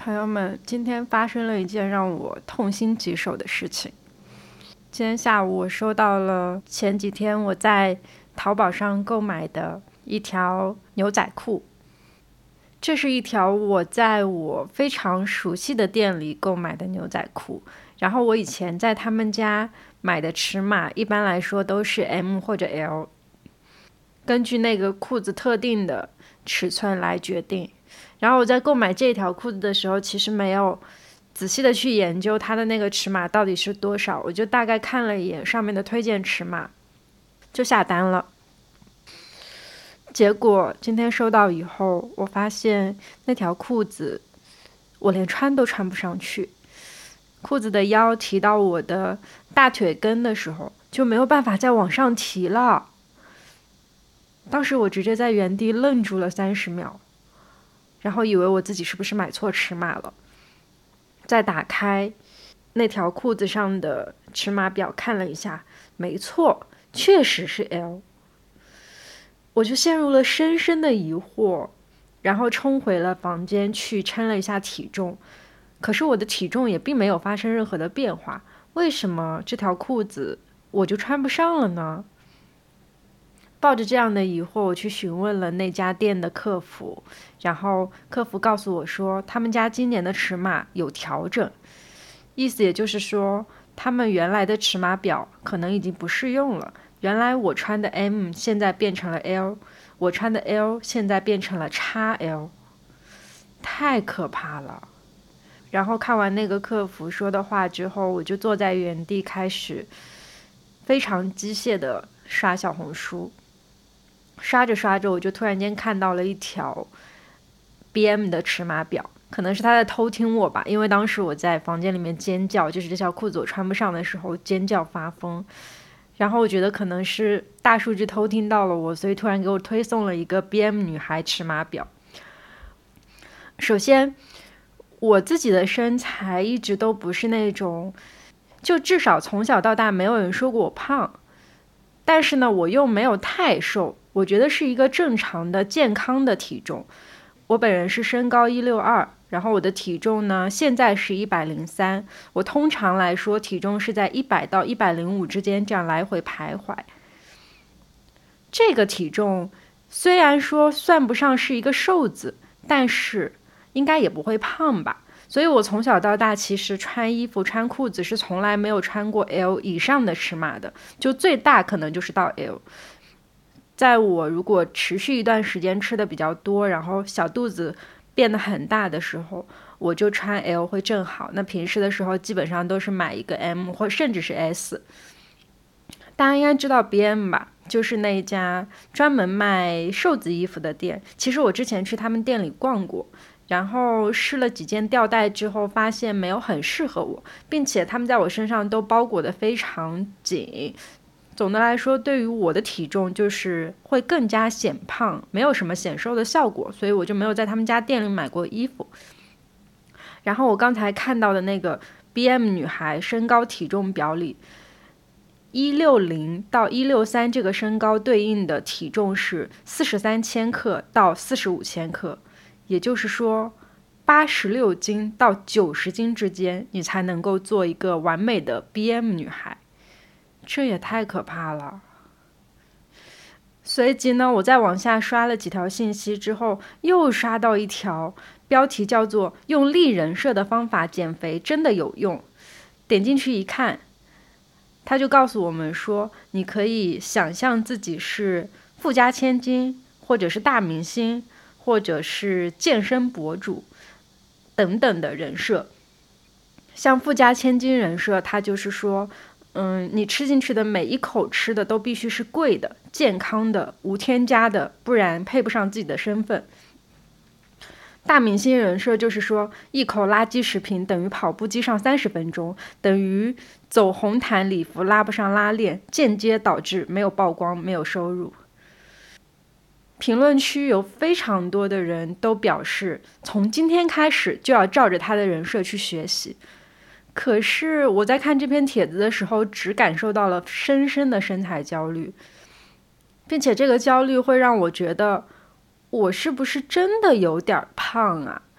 朋友们，今天发生了一件让我痛心疾首的事情。今天下午我收到了前几天我在淘宝上购买的一条牛仔裤。这是一条我在我非常熟悉的店里购买的牛仔裤，然后我以前在他们家买的尺码一般来说都是 M 或者 L， 根据那个裤子特定的尺寸来决定。然后我在购买这条裤子的时候，其实没有仔细的去研究它的那个尺码到底是多少，我就大概看了一眼上面的推荐尺码，就下单了。结果今天收到以后，我发现那条裤子我连穿都穿不上去，裤子的腰提到我的大腿根的时候就没有办法再往上提了。当时我直接在原地愣住了30秒，然后以为我自己是不是买错尺码了，再打开那条裤子上的尺码表看了一下，没错，确实是 L。 我就陷入了深深的疑惑，然后冲回了房间去称了一下体重，可是我的体重也并没有发生任何的变化，为什么这条裤子我就穿不上了呢？抱着这样的疑惑，我去询问了那家店的客服，然后客服告诉我说，他们家今年的尺码有调整，意思也就是说，他们原来的尺码表可能已经不适用了。原来我穿的 M 现在变成了 L， 我穿的 L 现在变成了 XL， 太可怕了。然后看完那个客服说的话之后，我就坐在原地开始非常机械的刷小红书。刷着刷着，我就突然间看到了一条 BM 的尺码表，可能是他在偷听我吧，因为当时我在房间里面尖叫，就是这条裤子我穿不上的时候尖叫发疯，然后我觉得可能是大数据偷听到了我，所以突然给我推送了一个 BM 女孩尺码表。首先我自己的身材一直都不是那种，就至少从小到大没有人说过我胖，但是呢我又没有太瘦，我觉得是一个正常的健康的体重。我本人是身高162，然后我的体重呢现在是103，我通常来说体重是在100到105之间这样来回徘徊。这个体重虽然说算不上是一个瘦子，但是应该也不会胖吧，所以我从小到大其实穿衣服穿裤子是从来没有穿过 L 以上的尺码的，就最大可能就是到 L。在我如果持续一段时间吃的比较多，然后小肚子变得很大的时候，我就穿 L 会正好，那平时的时候基本上都是买一个 M 或甚至是 S。 大家应该知道 BM 吧，就是那一家专门卖瘦子衣服的店。其实我之前去他们店里逛过，然后试了几件吊带之后发现没有很适合我，并且他们在我身上都包裹得非常紧，总的来说对于我的体重就是会更加显胖，没有什么显瘦的效果，所以我就没有在他们家店里买过衣服。然后我刚才看到的那个 BM 女孩身高体重表里160到163这个身高对应的体重是43千克到45千克，也就是说86斤到90斤之间你才能够做一个完美的 BM 女孩，这也太可怕了。随即呢，我再往下刷了几条信息之后，又刷到一条标题叫做用立人设的方法减肥真的有用。点进去一看，他就告诉我们说，你可以想象自己是富家千金，或者是大明星，或者是健身博主等等的人设。像富家千金人设，他就是说你吃进去的每一口吃的都必须是贵的、健康的、无添加的，不然配不上自己的身份。大明星人设就是说，一口垃圾食品等于跑步机上30分钟，等于走红毯礼服拉不上拉链，间接导致没有曝光、没有收入。评论区有非常多的人都表示，从今天开始就要照着他的人设去学习。可是我在看这篇帖子的时候，只感受到了深深的身材焦虑，并且这个焦虑会让我觉得，我是不是真的有点胖啊？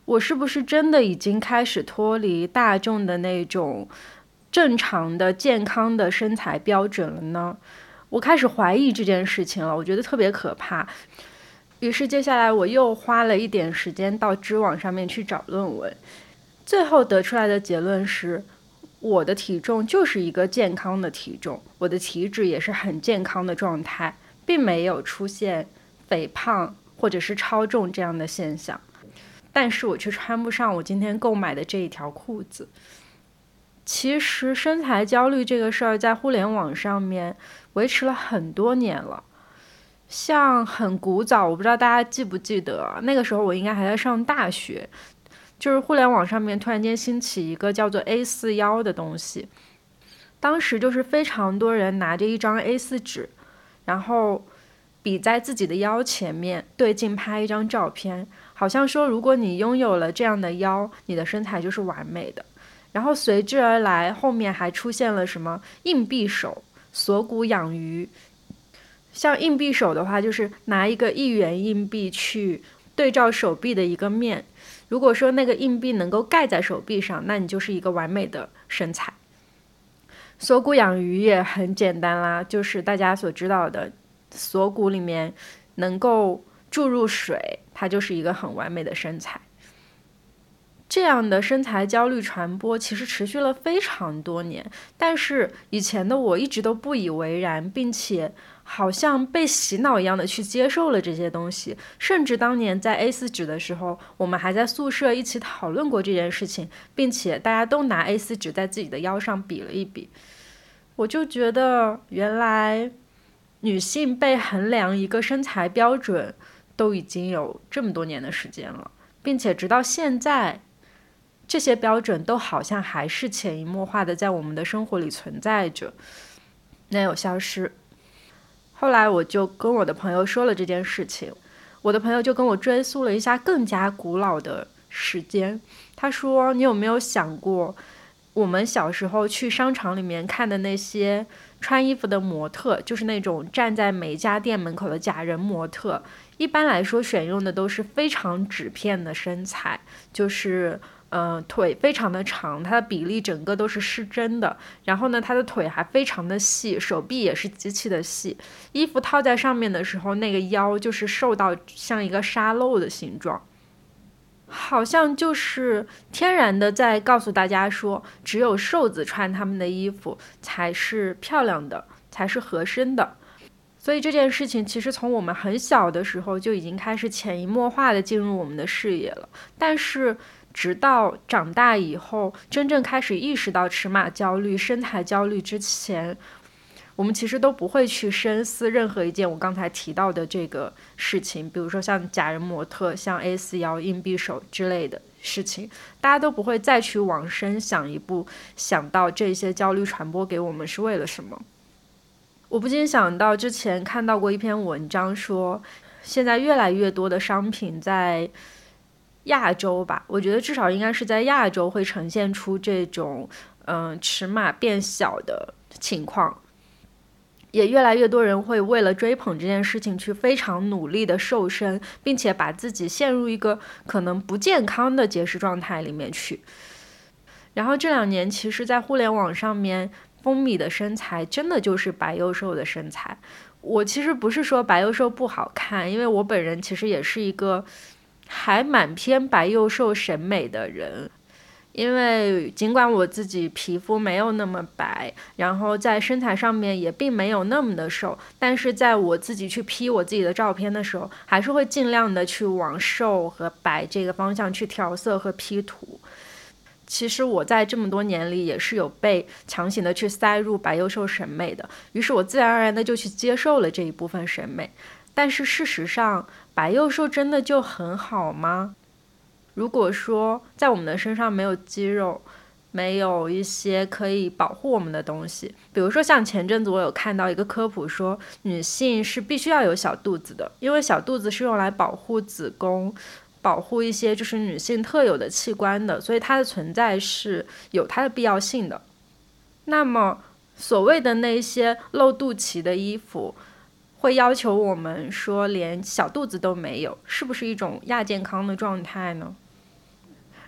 我是不是真的已经开始脱离大众的那种正常的健康的身材标准了呢？我开始怀疑这件事情了，我觉得特别可怕。于是接下来我又花了一点时间到知网上面去找论文，最后得出来的结论是，我的体重就是一个健康的体重，我的体脂也是很健康的状态，并没有出现肥胖或者是超重这样的现象。但是我却穿不上我今天购买的这一条裤子。其实身材焦虑这个事儿在互联网上面维持了很多年了，像很古早，我不知道大家记不记得，那个时候我应该还在上大学，就是互联网上面突然间兴起一个叫做 A4 腰的东西。当时就是非常多人拿着一张 A4 纸，然后比在自己的腰前面对镜拍一张照片，好像说如果你拥有了这样的腰，你的身材就是完美的。然后随之而来，后面还出现了什么硬币手、锁骨养鱼。像硬币手的话，就是拿一个1元硬币去对照手臂的一个面，如果说那个硬币能够盖在手臂上，那你就是一个完美的身材。锁骨养鱼也很简单啦，就是大家所知道的，锁骨里面能够注入水，它就是一个很完美的身材。这样的身材焦虑传播其实持续了非常多年，但是以前的我一直都不以为然，并且好像被洗脑一样的去接受了这些东西。甚至当年在 A4 纸的时候，我们还在宿舍一起讨论过这件事情，并且大家都拿 A4 纸在自己的腰上比了一比。我就觉得原来女性被衡量一个身材标准都已经有这么多年的时间了，并且直到现在这些标准都好像还是潜移默化的在我们的生活里存在着，没有消失。后来我就跟我的朋友说了这件事情，我的朋友就跟我追溯了一下更加古老的时间。他说，你有没有想过，我们小时候去商场里面看的那些穿衣服的模特，就是那种站在每家店门口的假人模特，一般来说选用的都是非常纸片的身材，就是腿非常的长，它的比例整个都是失真的，然后呢它的腿还非常的细，手臂也是极其的细，衣服套在上面的时候，那个腰就是瘦到像一个沙漏的形状，好像就是天然的在告诉大家说，只有瘦子穿他们的衣服才是漂亮的，才是合身的。所以这件事情其实从我们很小的时候就已经开始潜移默化的进入我们的视野了，但是直到长大以后，真正开始意识到尺码焦虑、身材焦虑之前，我们其实都不会去深思任何一件我刚才提到的这个事情，比如说像假人模特、像 A4 腰、硬币手之类的事情，大家都不会再去往深想一步，想到这些焦虑传播给我们是为了什么。我不禁想到之前看到过一篇文章说，现在越来越多的商品在亚洲吧，我觉得至少应该是在亚洲会呈现出这种尺码变小的情况，也越来越多人会为了追捧这件事情去非常努力的瘦身，并且把自己陷入一个可能不健康的节食状态里面去。然后这2年其实在互联网上面风靡的身材真的就是白幼瘦的身材。我其实不是说白幼瘦不好看，因为我本人其实也是一个还蛮偏白幼瘦审美的人，因为尽管我自己皮肤没有那么白，然后在身材上面也并没有那么的瘦，但是在我自己去 P 我自己的照片的时候，还是会尽量的去往瘦和白这个方向去调色和 P 图。其实我在这么多年里也是有被强行的去塞入白幼瘦审美的，于是我自然而然的就去接受了这一部分审美。但是事实上，白幼瘦真的就很好吗？如果说在我们的身上没有肌肉，没有一些可以保护我们的东西，比如说像前阵子我有看到一个科普说，女性是必须要有小肚子的，因为小肚子是用来保护子宫，保护一些就是女性特有的器官的，所以它的存在是有它的必要性的。那么所谓的那些露肚脐的衣服，会要求我们说连小肚子都没有，是不是一种亚健康的状态呢？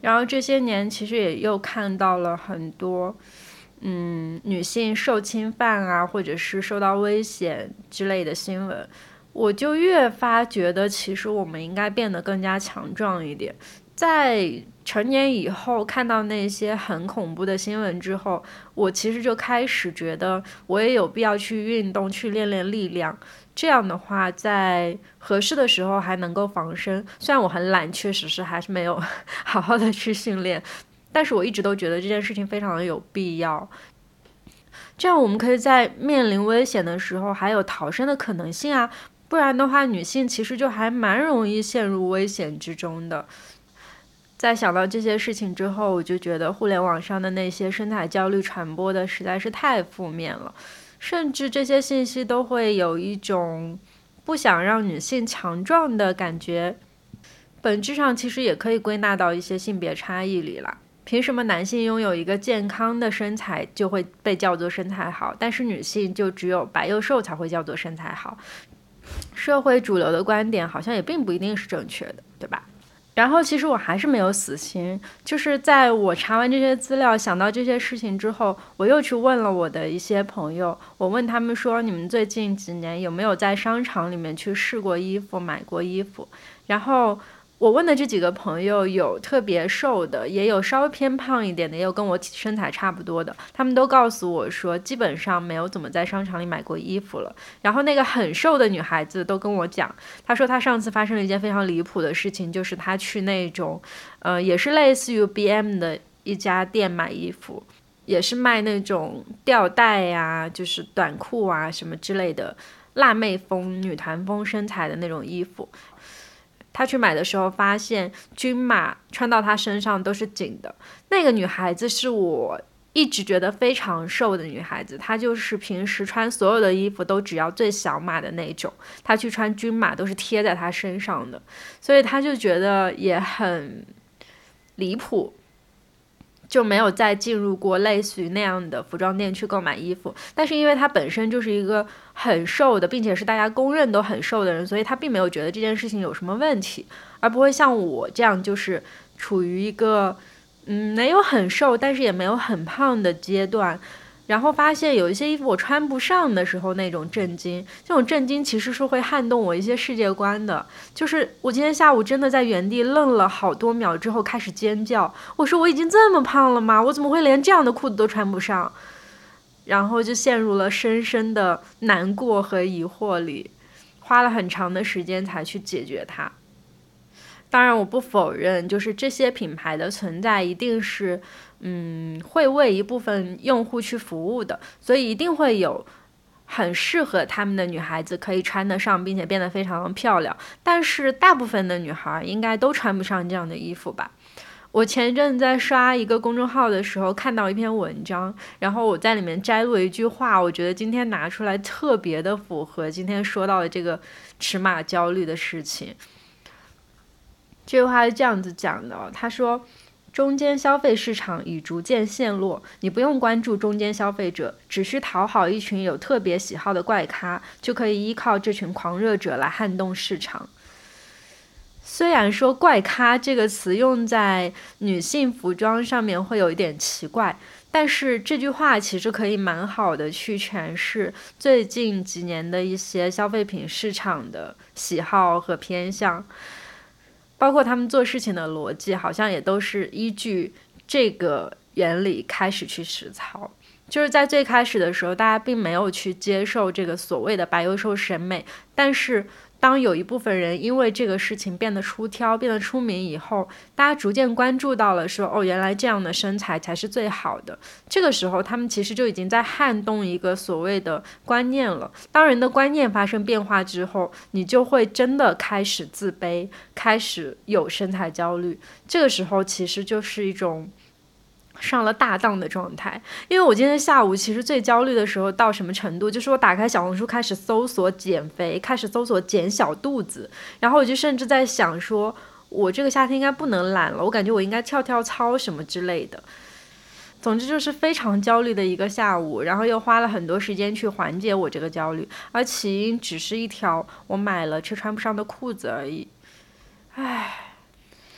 然后这些年其实也又看到了很多女性受侵犯啊，或者是受到危险之类的新闻，我就越发觉得其实我们应该变得更加强壮一点。在成年以后看到那些很恐怖的新闻之后，我其实就开始觉得我也有必要去运动，去练练力量。这样的话在合适的时候还能够防身。虽然我很懒，确实是还是没有好好的去训练，但是我一直都觉得这件事情非常的有必要。这样我们可以在面临危险的时候还有逃生的可能性啊，不然的话女性其实就还蛮容易陷入危险之中的。在想到这些事情之后，我就觉得互联网上的那些身材焦虑传播的实在是太负面了，甚至这些信息都会有一种不想让女性强壮的感觉。本质上其实也可以归纳到一些性别差异里啦。凭什么男性拥有一个健康的身材就会被叫做身材好，但是女性就只有白又瘦才会叫做身材好？社会主流的观点好像也并不一定是正确的，对吧？然后其实我还是没有死心，就是在我查完这些资料想到这些事情之后，我又去问了我的一些朋友，我问他们说，你们最近几年有没有在商场里面去试过衣服，买过衣服？然后我问的这几个朋友，有特别瘦的，也有稍微偏胖一点的，也有跟我身材差不多的，他们都告诉我说基本上没有怎么在商场里买过衣服了。然后那个很瘦的女孩子都跟我讲，她说她上次发生了一件非常离谱的事情，就是她去那种也是类似于 BM 的一家店买衣服，也是卖那种吊带呀，就是短裤啊什么之类的辣妹风女团风身材的那种衣服。她去买的时候发现均码穿到她身上都是紧的。那个女孩子是我一直觉得非常瘦的女孩子，她就是平时穿所有的衣服都只要最小码的那种，她去穿均码都是贴在她身上的，所以她就觉得也很离谱，就没有再进入过类似于那样的服装店去购买衣服。但是因为她本身就是一个很瘦的，并且是大家公认都很瘦的人，所以她并没有觉得这件事情有什么问题，而不会像我这样就是处于一个没有很瘦但是也没有很胖的阶段。然后发现有一些衣服我穿不上的时候，那种震惊，这种震惊其实是会撼动我一些世界观的。就是我今天下午真的在原地愣了好多秒之后开始尖叫，我说我已经这么胖了吗？我怎么会连这样的裤子都穿不上？然后就陷入了深深的难过和疑惑里，花了很长的时间才去解决它。当然我不否认，就是这些品牌的存在一定是会为一部分用户去服务的，所以一定会有很适合他们的女孩子可以穿得上，并且变得非常漂亮。但是大部分的女孩应该都穿不上这样的衣服吧。我前一阵在刷一个公众号的时候看到一篇文章，然后我在里面摘录一句话，我觉得今天拿出来特别的符合今天说到的这个尺码焦虑的事情。这句话是这样子讲的，他说中间消费市场已逐渐陷落，你不用关注中间消费者，只需讨好一群有特别喜好的怪咖，就可以依靠这群狂热者来撼动市场。虽然说怪咖这个词用在女性服装上面会有一点奇怪，但是这句话其实可以蛮好的去诠释最近几年的一些消费品市场的喜好和偏向，包括他们做事情的逻辑好像也都是依据这个原理开始去实操。就是在最开始的时候大家并没有去接受这个所谓的白幼瘦审美，但是当有一部分人因为这个事情变得出挑变得出名以后，大家逐渐关注到了说原来这样的身材才是最好的。这个时候他们其实就已经在撼动一个所谓的观念了。当人的观念发生变化之后，你就会真的开始自卑，开始有身材焦虑。这个时候其实就是一种上了大当的状态。因为我今天下午其实最焦虑的时候到什么程度，就是我打开小红书开始搜索减肥，开始搜索减小肚子，然后我就甚至在想说我这个夏天应该不能懒了，我感觉我应该跳跳操什么之类的。总之就是非常焦虑的一个下午，然后又花了很多时间去缓解我这个焦虑，而起因只是一条我买了却穿不上的裤子而已。唉，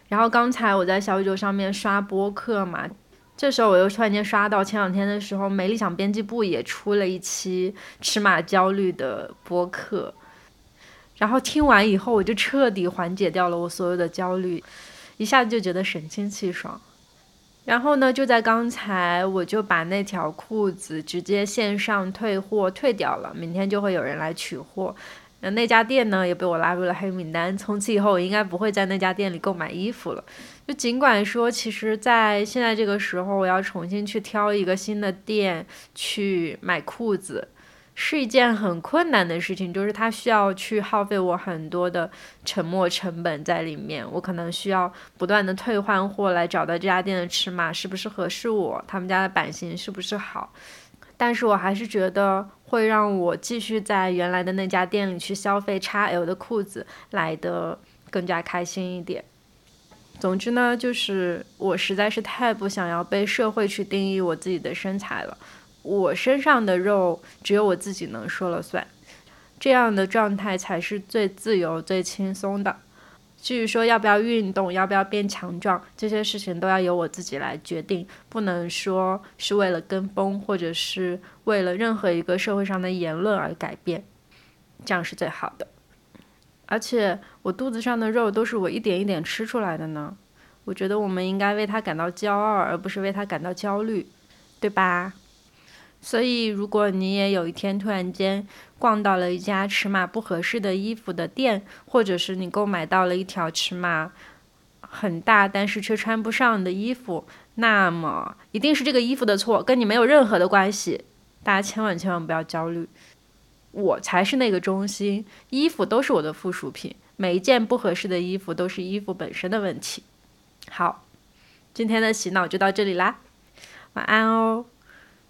然后刚才我在小宇宙上面刷播客嘛，这时候我又突然间刷到前2天的时候，美理想编辑部也出了一期尺码焦虑的播客，然后听完以后我就彻底缓解掉了我所有的焦虑，一下子就觉得神清气爽。然后呢，就在刚才我就把那条裤子直接线上退货退掉了，明天就会有人来取货。那家店呢也被我拉入了黑名单，从此以后我应该不会在那家店里购买衣服了。就尽管说其实在现在这个时候我要重新去挑一个新的店去买裤子是一件很困难的事情，就是它需要去耗费我很多的沉没成本在里面，我可能需要不断的退换货来找到这家店的尺码是不是合适我，他们家的版型是不是好。但是我还是觉得会让我继续在原来的那家店里去消费 XL 的裤子来的更加开心一点。总之呢，就是我实在是太不想要被社会去定义我自己的身材了，我身上的肉只有我自己能说了算，这样的状态才是最自由最轻松的。至于说要不要运动，要不要变强壮，这些事情都要由我自己来决定，不能说是为了跟风，或者是为了任何一个社会上的言论而改变，这样是最好的。而且我肚子上的肉都是我一点一点吃出来的呢，我觉得我们应该为它感到骄傲，而不是为它感到焦虑，对吧？所以如果你也有一天突然间逛到了一家尺码不合适的衣服的店，或者是你购买到了一条尺码很大但是却穿不上的衣服，那么一定是这个衣服的错，跟你没有任何的关系。大家千万不要焦虑，我才是那个中心，衣服都是我的附属品，每一件不合适的衣服都是衣服本身的问题。好，今天的洗脑就到这里啦，晚安哦。